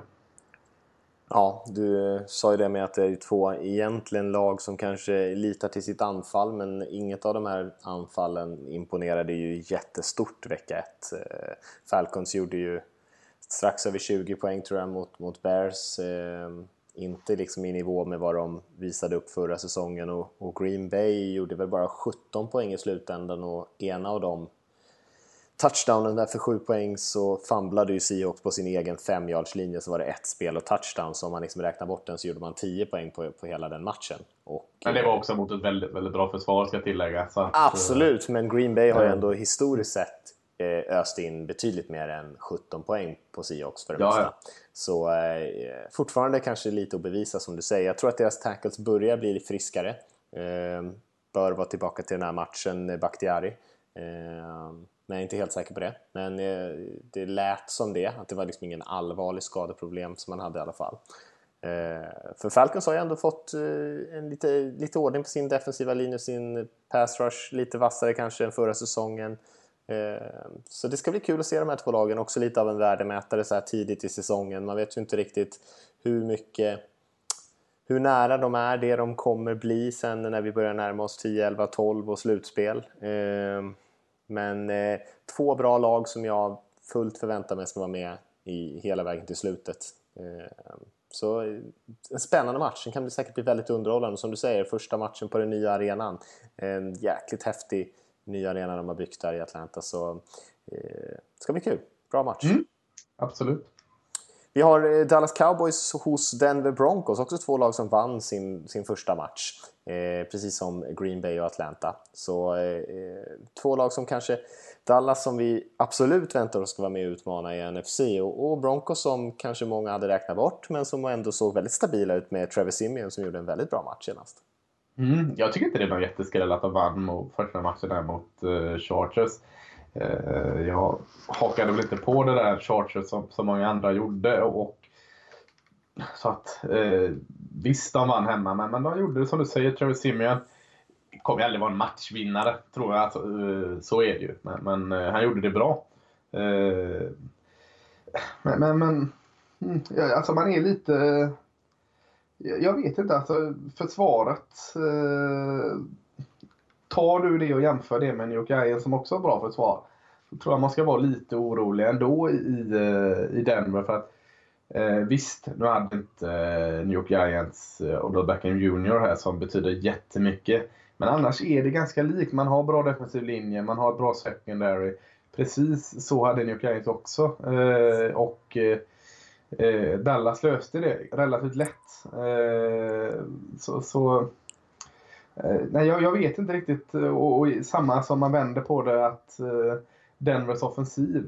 Ja, du sa ju det med att det är två egentligen lag som kanske litar till sitt anfall, men inget av de här anfallen imponerade ju jättestort vecka 1. Falcons gjorde ju strax över 20 poäng, tror jag, mot Bears. Inte liksom i nivå med vad de visade upp förra säsongen, och Green Bay gjorde väl bara 17 poäng i slutändan, och ena av dem, touchdownen där för 7 poäng, så famblade ju Seahawks på sin egen 5-yardslinje, så var det ett spel och touchdown, så om man liksom räknar bort den så gjorde man 10 poäng på hela den matchen. Men det var också mot ett väldigt, väldigt bra försvar, ska jag tillägga. Så absolut, men Green Bay har ju ändå historiskt sett öst in betydligt mer än 17 poäng på Seahawks för det mesta. Ja. Så fortfarande kanske lite att bevisa, som du säger. Jag tror att deras tackles börjar bli friskare. Bör vara tillbaka till den här matchen, Bakhtiari. Men jag är inte helt säker på det. Men det lät som det, att det var liksom ingen allvarlig skadeproblem som man hade i alla fall. För Falcons har ju ändå fått en lite ordning på sin defensiva linje, sin pass rush, lite vassare kanske än förra säsongen. Så det ska bli kul att se de här två lagen, också lite av en värdemätare så här tidigt i säsongen. Man vet ju inte riktigt hur nära de är det de kommer bli sen när vi börjar närma oss 10, 11, 12 och slutspel. Men två bra lag som jag fullt förväntar mig ska vara med i hela vägen till slutet. Så en spännande match. Den kan säkert bli väldigt underhållande. Som du säger, första matchen på den nya arenan. En jäkligt häftig ny arena de har byggt där i Atlanta. Så ska bli kul. Bra match. Absolut. Vi har Dallas Cowboys hos Denver Broncos. Också två lag som vann sin första match. Precis som Green Bay och Atlanta. Så två lag som kanske... Dallas som vi absolut väntar oss ska vara med och utmana i NFC. Och Broncos som kanske många hade räknat bort, men som ändå såg väldigt stabila ut med Trevor Siemian som gjorde en väldigt bra match senast. Jag tycker inte det var jätteskräll att de vann mot första matchen där mot Chargers. Jag hakade väl inte på det där Chargers som många andra gjorde, och så att visst de vann hemma, men de gjorde det som du säger. Trevor Siemian kommer aldrig vara en matchvinnare, tror jag, alltså, så är det ju, men han gjorde det bra. Alltså man är lite, jag vet inte, alltså försvaret, tar du det och jämför det med New York Giants som också har bra försvar, så tror jag man ska vara lite orolig ändå i Denver. För att visst, nu hade inte New York Giants och då Beckham Jr. här som betyder jättemycket. Men annars är det ganska likt. Man har bra defensiv linje, man har ett bra secondary. Precis så hade New York Giants också. Dallas löste det relativt lätt. Nej, jag vet inte riktigt. Och samma som man vänder på det, att Denvers offensiv.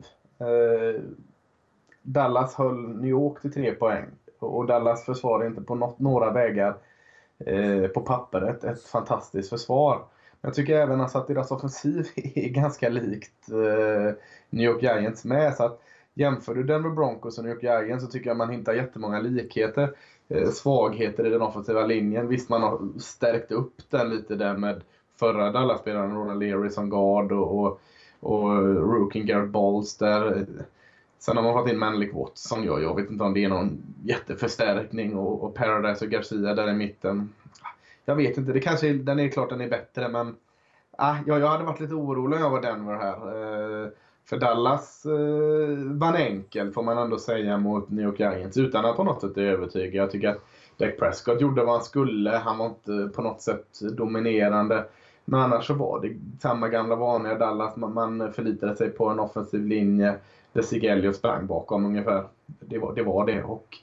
Dallas höll New York till 3 poäng. Och Dallas försvar är inte på några vägar på pappret ett fantastiskt försvar. Jag tycker även alltså att deras offensiv är ganska likt New York Giants med. Så att jämför du Denver Broncos och New York Giants så tycker jag man hittar jättemånga likheter. Svagheter i den offensiva linjen. Visst, man har stärkt upp den lite där med förra Dallas-spelaren Ronald Leary som guard och rookie Garrett Bowles där. Sen har man fått in Manlik Watson. Jag vet inte om det är någon jätteförstärkning och Paradise och Garcia där i mitten. Jag vet inte, den är klart den är bättre, men jag hade varit lite orolig över Denver här. För Dallas vann enkelt får man ändå säga mot New York Giants utan att på något sätt övertyga. Jag tycker att Dak Prescott gjorde vad han skulle. Han var inte på något sätt dominerande. Men annars så var det samma gamla vanliga Dallas. Man förlitade sig på en offensiv linje där Zeke Elliott sprang bakom ungefär. Det var det. Och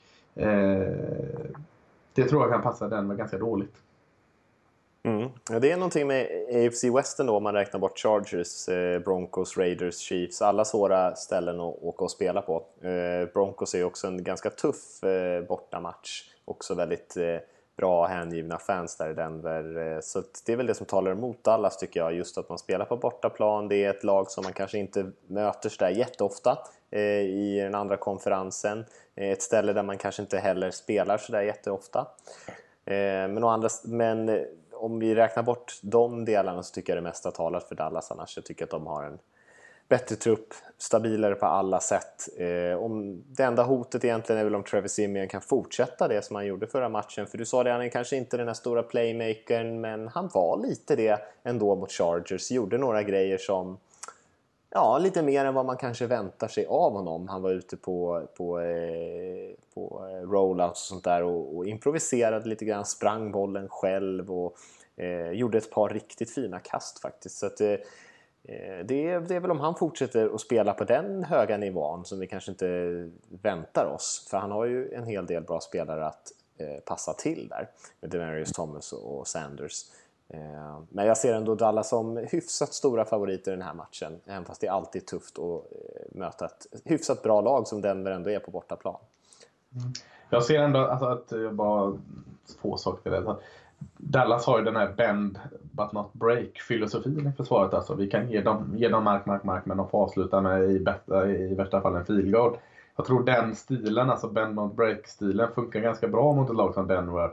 det tror jag kan passa Denver ganska dåligt. Ja, det är någonting med AFC Western då, om man räknar bort Chargers, Broncos, Raiders, Chiefs. Alla svåra ställen att åka och spela på. Broncos är också en ganska tuff bortamatch. Också väldigt bra hängivna fans där i Denver. Så det är väl det som talar emot Dallas tycker jag. Just att man spelar på bortaplan. Det är ett lag som man kanske inte möter så där jätteofta i den andra konferensen. Ett ställe där man kanske inte heller spelar så där jätteofta. Men om vi räknar bort de delarna så tycker jag det mesta talat för Dallas annars. Jag tycker att de har en bättre trupp, stabilare på alla sätt. Det enda hotet egentligen är väl om Trevor Siemian kan fortsätta det som han gjorde förra matchen. För du sa det, han är kanske inte den här stora playmakern, men han var lite det ändå mot Chargers. Gjorde några grejer som, lite mer än vad man kanske väntar sig av honom. Han var ute på rollouts och sånt där och improviserade lite grann, sprang bollen själv och gjorde ett par riktigt fina kast faktiskt. Så att det är väl om han fortsätter att spela på den höga nivån som vi kanske inte väntar oss. För han har ju en hel del bra spelare att passa till där. Med Demarius Thomas och Sanders. Men jag ser ändå Dallas som hyfsat stora favoriter i den här matchen. Även fast det är alltid tufft att möta ett hyfsat bra lag som Denver ändå är på bortaplan. Jag ser ändå att bara få saker till det. Dallas har ju den här bend but not break filosofin i försvaret. Alltså, vi kan ge dem mark men de får avsluta med i värsta fall en field goal. Jag tror den stilen, alltså bend not break stilen, funkar ganska bra mot ett lag som Denver.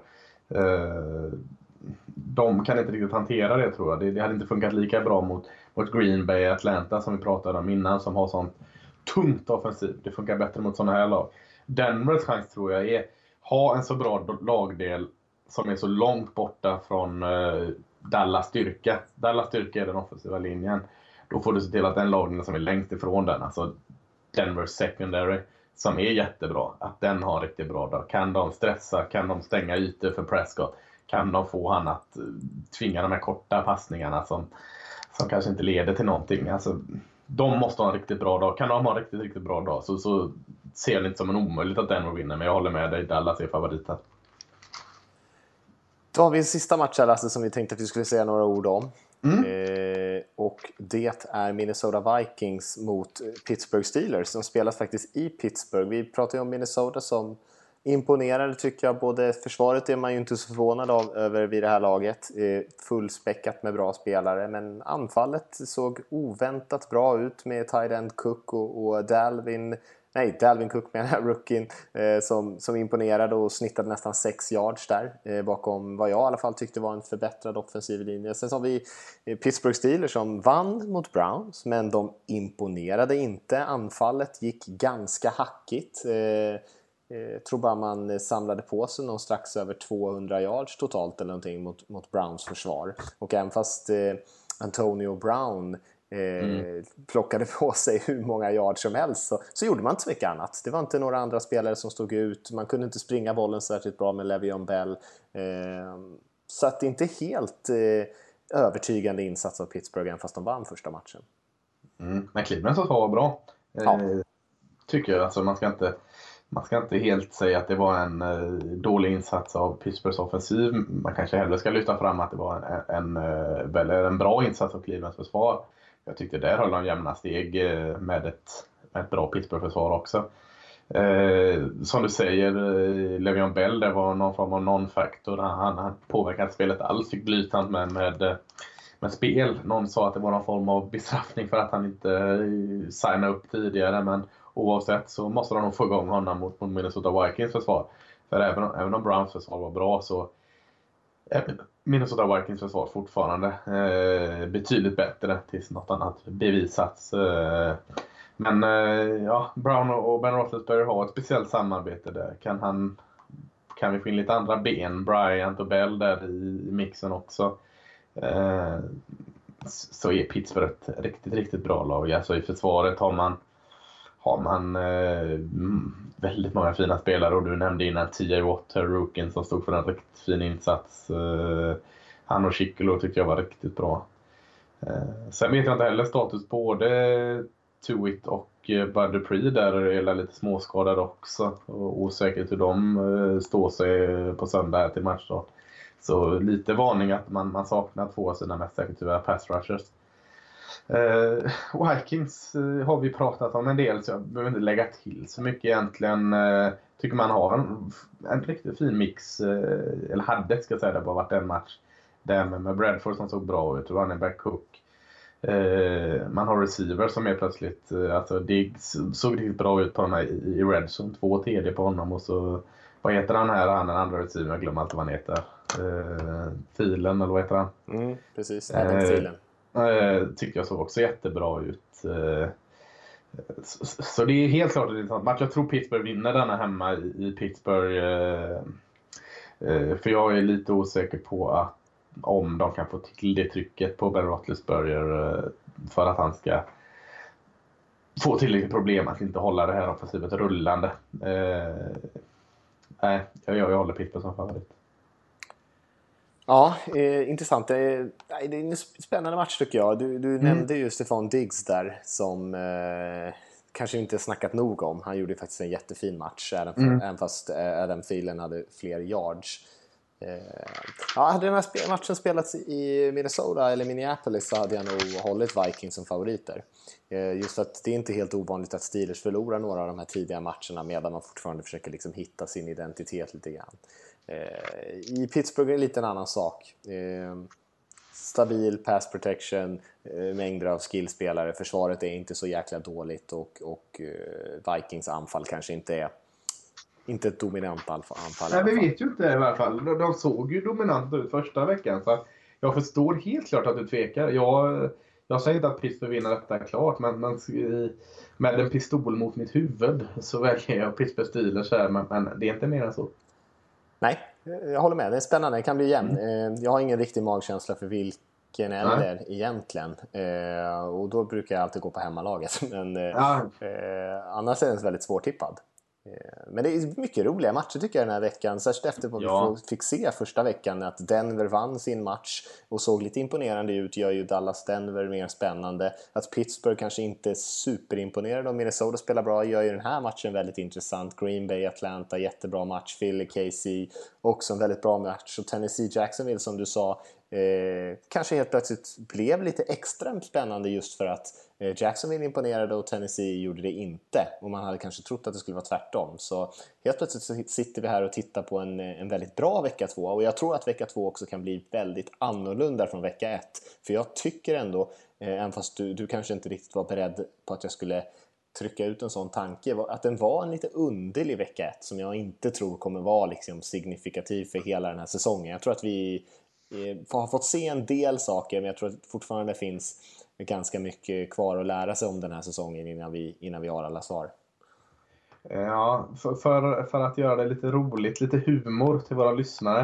De kan inte riktigt hantera det tror jag. Det hade inte funkat lika bra mot Green Bay, Atlanta som vi pratade om innan, som har sånt tungt offensiv. Det funkar bättre mot sådana här lag. Denvers chans tror jag är ha en så bra lagdel som är så långt borta från Dallas styrka. Dallas styrka är den offensiva linjen. Då får du se till att den lagdelen som är längst ifrån den, alltså Denver secondary, som är jättebra, att den har riktigt bra dag. Kan de stressa, kan de stänga ytor för Prescott, kan de få han att tvinga de här korta passningarna som kanske inte leder till någonting. Alltså, de måste ha en riktigt bra dag. Kan de ha en riktigt, riktigt bra dag så ser jag det inte som en omöjligt att Denver vinner. Men jag håller med dig, Dallas är favoriten. Då har vi en sista match här, Lasse, som vi tänkte att vi skulle säga några ord om. Och det är Minnesota Vikings mot Pittsburgh Steelers. De spelas faktiskt i Pittsburgh. Vi pratar ju om Minnesota som imponerade tycker jag. Både försvaret är man ju inte så förvånad av över vid det här laget. Fullspäckat med bra spelare. Men anfallet såg oväntat bra ut med tight end Cook och Dalvin Cook menar jag, rookien, som imponerade och snittade nästan 6 yards där bakom vad jag i alla fall tyckte var en förbättrad offensiv linje. Sen så har vi Pittsburgh Steelers som vann mot Browns, men de imponerade inte. Anfallet gick ganska hackigt. Tror bara man samlade på sig någon strax över 200 yards totalt eller någonting mot Browns försvar. Och även fast Antonio Brown plockade på sig hur många yards som helst, så gjorde man inte så mycket annat. Det var inte några andra spelare som stod ut. Man kunde inte springa bollen särskilt bra med Le'Veon Bell. Så att det inte helt övertygande insats av Pittsburgh även fast de vann första matchen. Men Cleveland så var bra. Tycker jag. Alltså, man ska inte helt säga att det var en dålig insats av Pittsburghs offensiv. Man kanske hellre ska lyfta fram att det var en bra insats av Clevelands försvar. Jag tyckte där höll de jämna steg med ett bra Pittsburgh-försvar också. Som du säger, Le'Veon Bell, det var någon form av non-factor. Han påverkade spelet alls, fick blytant med spel. Någon sa att det var någon form av bestraffning för att han inte signade upp tidigare, men oavsett så måste de nog få igång honom mot Minnesota Vikings försvar. För även om Browns försvar var bra så är Minnesota Vikings försvar fortfarande betydligt bättre tills något annat bevisats. Men Brown och Ben Roethlisberger har ett speciellt samarbete där. Kan vi få in lite andra ben, Bryant och Bell där i mixen också, så är Pittsburgh ett riktigt, riktigt bra lag. Alltså i försvaret har man väldigt många fina spelare, och du nämnde innan T.J. Watt, rookien, som stod för en riktigt fin insats. Han och Chickolo tyckte jag var riktigt bra. Sen vet jag inte heller status både Tuitt och Bud Dupree där är lite småskadad också, och osäkert hur de står sig på söndag till match då. Så lite varning att man saknar två av sina mest effektiva pass rushers. Vikings har vi pratat om en del, så jag behöver inte lägga till så mycket egentligen. Tycker man har en riktigt fin mix, eller hade, ska jag säga, det bara varit en match där med Bradford som såg bra ut, running back Cook. Man har receiver som är plötsligt, alltså Diggs såg riktigt bra ut på de här i Red Zone, 2 TD på honom, och så vad heter han här, den andra receiver, jag glömmer alltid vad han heter, Filen eller vad heter han? Precis, Adam Filen. Tycker jag såg också jättebra ut. Så det är helt klart en match. Jag tror Pittsburgh vinner denna hemma i Pittsburgh, för jag är lite osäker på att om de kan få till det trycket på Ben Roethlisberger för att han ska få tillräckligt problem att inte hålla det här offensivet rullande. Jag håller Pittsburgh som favorit. Ja, intressant. Det är en spännande match tycker jag. Du nämnde ju Stefan Diggs där som kanske inte snackat nog om. Han gjorde faktiskt en jättefin match även fast Adam Thielen hade fler yards. Hade den här matchen spelats i Minnesota eller Minneapolis så hade jag nog hållit Vikings som favoriter. Just att det är inte helt ovanligt att Steelers förlorar några av de här tidiga matcherna medan man fortfarande försöker liksom hitta sin identitet lite grann. I Pittsburgh är det lite en annan sak. Stabil pass protection, mängder av skillspelare. Försvaret är inte så jäkla dåligt och Vikings anfall kanske inte är ett dominant anfall. Nej, vi vet ju inte i alla fall. De såg ju dominant ut första veckan, så jag förstår helt klart att du tvekar. Jag säger inte att Pittsburgh vinner detta klart, men med en pistol mot mitt huvud så väljer jag Pittsburgh Steelers här, men det är inte mer än så. Nej, jag håller med. Det är spännande. Det kan bli jämn. Jag har ingen riktig magkänsla för vilken eller egentligen. Och då brukar jag alltid gå på hemmalaget. Men annars är den väldigt svårtippad. Men det är mycket roliga matcher tycker jag den här veckan. Särskilt efter vad vi fick se första veckan. Att Denver vann sin match och såg lite imponerande ut. Gör ju Dallas-Denver mer spännande. Att Pittsburgh kanske inte är superimponerade. Och Minnesota spelar bra. Gör ju den här matchen väldigt intressant. Green Bay, Atlanta, jättebra match. Philly, KC, också en väldigt bra match. Och Tennessee, Jacksonville som du sa. Kanske helt plötsligt blev lite extra spännande just för att Jacksonville imponerade och Tennessee gjorde det inte, och man hade kanske trott att det skulle vara tvärtom. Så helt plötsligt så sitter vi här och tittar på en väldigt bra vecka 2, och jag tror att vecka 2 också kan bli väldigt annorlunda från vecka 1, för jag tycker ändå, även fast du kanske inte riktigt var beredd på att jag skulle trycka ut en sån tanke, att den var en lite underlig vecka 1 som jag inte tror kommer vara liksom signifikativ för hela den här säsongen. Jag tror att vi har fått se en del saker, men jag tror att fortfarande finns ganska mycket kvar att lära sig om den här säsongen innan vi har alla svar. Ja, för att göra det lite roligt, lite humor till våra lyssnare.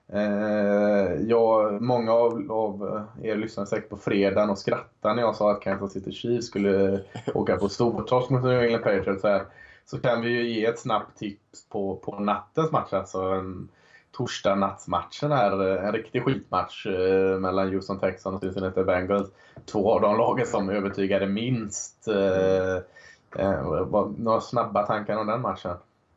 Många av er lyssnar säkert på fredagen och skrattar när jag sa att Kansas City Chiefs skulle åka på stortorsk mot New England Patriots här. Så kan vi ju ge ett snabbt tips på nattens match, alltså en torsdag nattsmatchen här, en riktig skitmatch mellan Houston Texans och Cincinnati Bengals. 2 av de lagen som övertygade minst. Några snabba tankar om den matchen?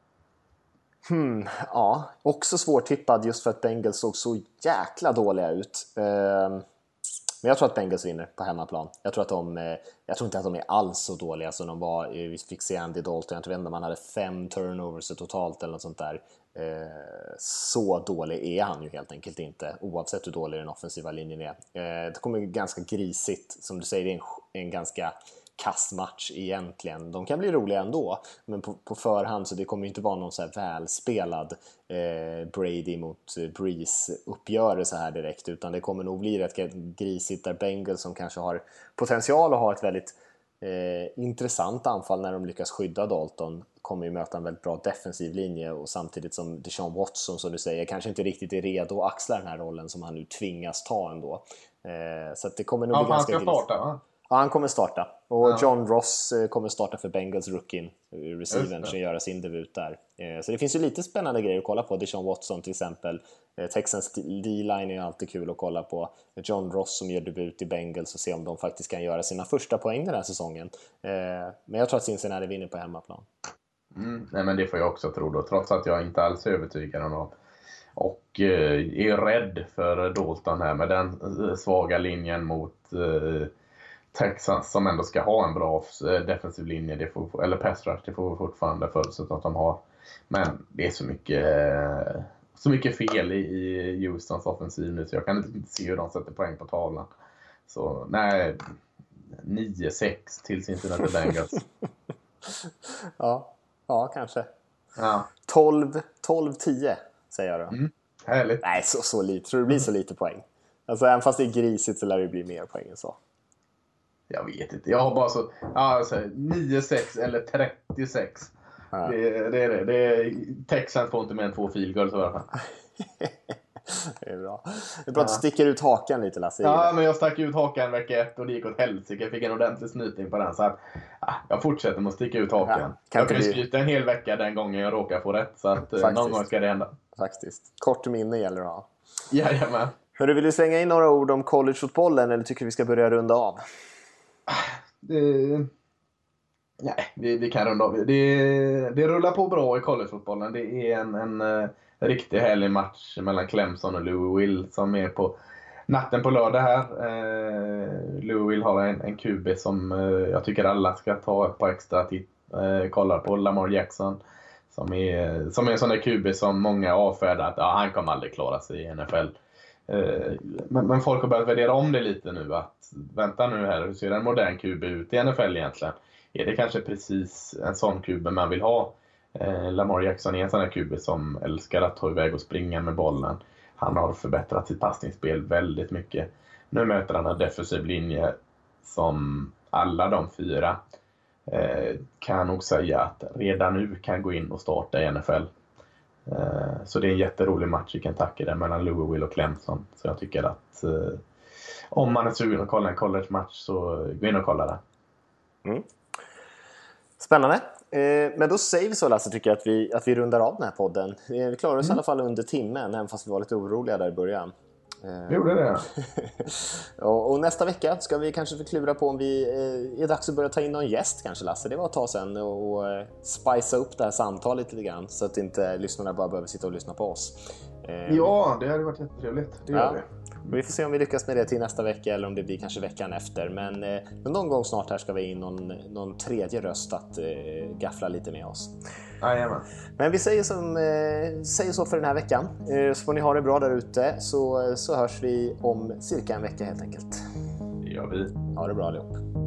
Ja, också svårtippad just för att Bengals såg så jäkla dåliga ut. Men jag tror att Bengals vinner på hemmaplan. Jag tror inte att de är alls så dåliga som de var. Vi fick se Andy Dalton, jag vet inte om han hade 5 turnovers totalt eller något sånt där. Så dålig är han ju helt enkelt inte, oavsett hur dålig den offensiva linjen är. Det kommer ganska grisigt, som du säger, det är en ganska kastmatch egentligen. De kan bli roliga ändå, men på förhand så det kommer ju inte vara någon så här välspelad Brady mot Breeze uppgörelse här direkt, utan det kommer nog bli rätt grisigt där Bengals, som kanske har potential att ha ett väldigt intressant anfall när de lyckas skydda Dalton, kommer ju möta en väldigt bra defensiv linje, och samtidigt som Deshaun Watson, som du säger, kanske inte riktigt är redo att axla den här rollen som han nu tvingas ta ändå. Så att det kommer nog bli ganska grisigt. Han ska starta, va? Ja, han kommer starta. Och John Ross kommer starta för Bengals rookien, receivern, som gör sin debut där. Så det finns ju lite spännande grejer att kolla på. Deshaun Watson till exempel. Texans D-line är alltid kul att kolla på. John Ross som gör debut i Bengals, och se om de faktiskt kan göra sina första poäng den här säsongen. Men jag tror att Cincinnati vinner på hemmaplan. Nej, men det får jag också tro då, trots att jag inte alls är övertygad om dem. Och är rädd för Dalton här med den svaga linjen mot Texans, som ändå ska ha en bra defensiv linje, eller pass rush, det får vi fortfarande förutsätta att de har. Men det är så mycket fel i Houstons offensiv nu, så jag kan inte se hur de sätter poäng på tavlan. Så nej, 9-6 till Cincinnati Bengals. Ja, kanske. Ja. 12-10 säger jag då. Härligt. Nej, så lite. Tror det blir så lite poäng? Alltså, även fast det är grisigt så lär det bli mer poäng än så. Jag vet inte. Jag har bara så 9-6 eller 36. Ja. Det är det. Texans får inte mer än 2 field goals i alla fall. Det är bra. Det är bra att du sticker ut hakan lite, Lasse. Ja, men jag stack ut hakan vecka 1 och det gick åt helsike. Jag fick en ordentlig snyting på den, så att jag fortsätter med att sticka ut hakan. Jag kan skryta en hel vecka den gången jag råkar få rätt, så att någon gång ska det hända. Faktiskt. Kort minne gäller det att ha. Jajamän. Hörru, vill du slänga in några ord om collegefotbollen, eller tycker du vi ska börja runda av? Nej, vi kan runda av. Det rullar på bra i collegefotbollen. Det är en riktigt härlig match mellan Clemson och Louisville som är på natten på lördag här. Louisville har en QB som jag tycker alla ska ta ett par extra kollar på, Lamar Jackson. Som är en sån där QB som många avfärdar att han kommer aldrig klara sig i NFL. Men folk har börjat värdera om det lite nu, att vänta nu här, hur ser en modern QB ut i NFL egentligen? Är det kanske precis en sån QB man vill ha? Lamar Jackson är en sån här QB som älskar att ta iväg och springa med bollen. Han har förbättrat sitt passningsspel väldigt mycket. Nu möter han en defensiv linje som alla de 4 kan nog säga att redan nu kan gå in och starta i NFL. Så det är en jätterolig match i Kentucky där mellan Louisville och Clemson. Så jag tycker att om man är sugen att kolla en college-match, så gå in och kolla det. Spännande. Men då säger vi så, Lasse, tycker jag att vi rundar av den här podden. Vi klarar oss i alla fall under timmen, även fast vi var lite oroliga där i början. Vi gjorde det. Och nästa vecka ska vi kanske förklura på om vi är dags att börja ta in någon gäst kanske, Lasse. Det var ett tag sedan, och spicea upp det här samtalet lite grann, så att inte lyssnarna bara behöver sitta och lyssna på oss. Ja, det hade varit jättetrevligt. Det gör vi. Vi får se om vi lyckas med det till nästa vecka, eller om det blir kanske veckan efter. Men någon gång snart här ska vi in någon tredje röst att gaffla lite med oss. Jajamän. Men vi säger så för den här veckan. Så får ni ha det bra där ute, så hörs vi om cirka en vecka helt enkelt. Det gör vi. Ha det bra allihop.